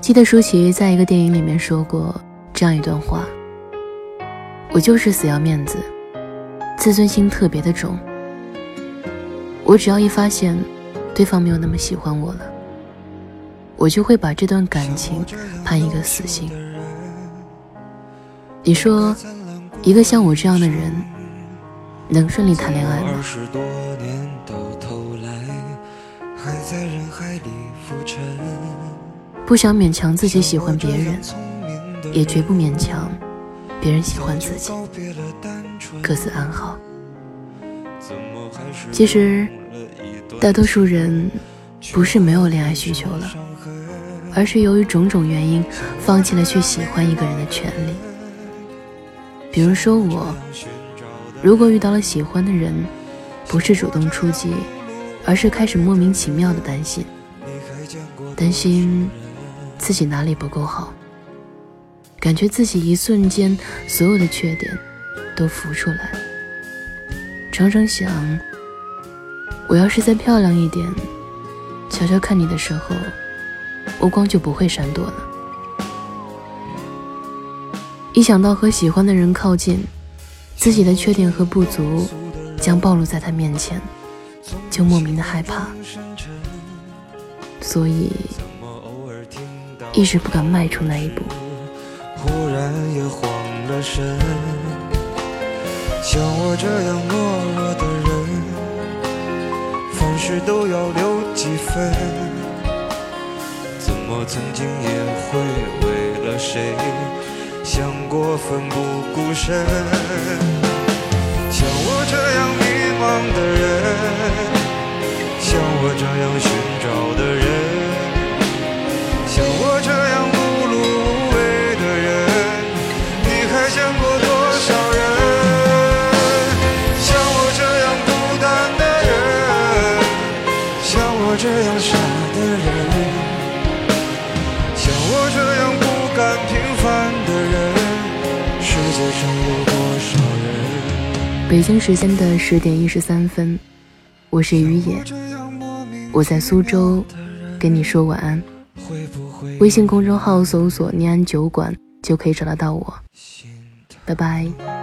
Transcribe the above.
记得舒淇在一个电影里面说过这样一段话：我就是死要面子，自尊心特别的重，我只要一发现对方没有那么喜欢我了，我就会把这段感情判一个死刑。你说一个像我这样的人能顺利谈恋爱吗？不想勉强自己喜欢别人，也绝不勉强别人喜欢自己，各自安好。其实大多数人不是没有恋爱需求了，而是由于种种原因放弃了去喜欢一个人的权利。比如说我，如果遇到了喜欢的人，不是主动出击，而是开始莫名其妙的担心自己哪里不够好，感觉自己一瞬间所有的缺点都浮出来，常常想，我要是再漂亮一点，悄悄看你的时候，目光就不会闪躲了。一想到和喜欢的人靠近，自己的缺点和不足将暴露在他面前，就莫名的害怕，所以一直不敢迈出那一步。 忽然也慌了神，像我这样懦弱的人，凡事都要留几分，怎么曾经也会为了谁想过奋不顾身？像我这样迷茫的人，像我这样寻找的人，像我这样碌碌无为的人，你还见过多少人？像我这样孤单的人，像我这样傻的人，像我这样不甘平凡的人，世界上有多少人？ 北京时间的10点13分，我是于野，我在苏州跟你说晚安。微信公众号搜索念安酒馆就可以找得到我，拜拜。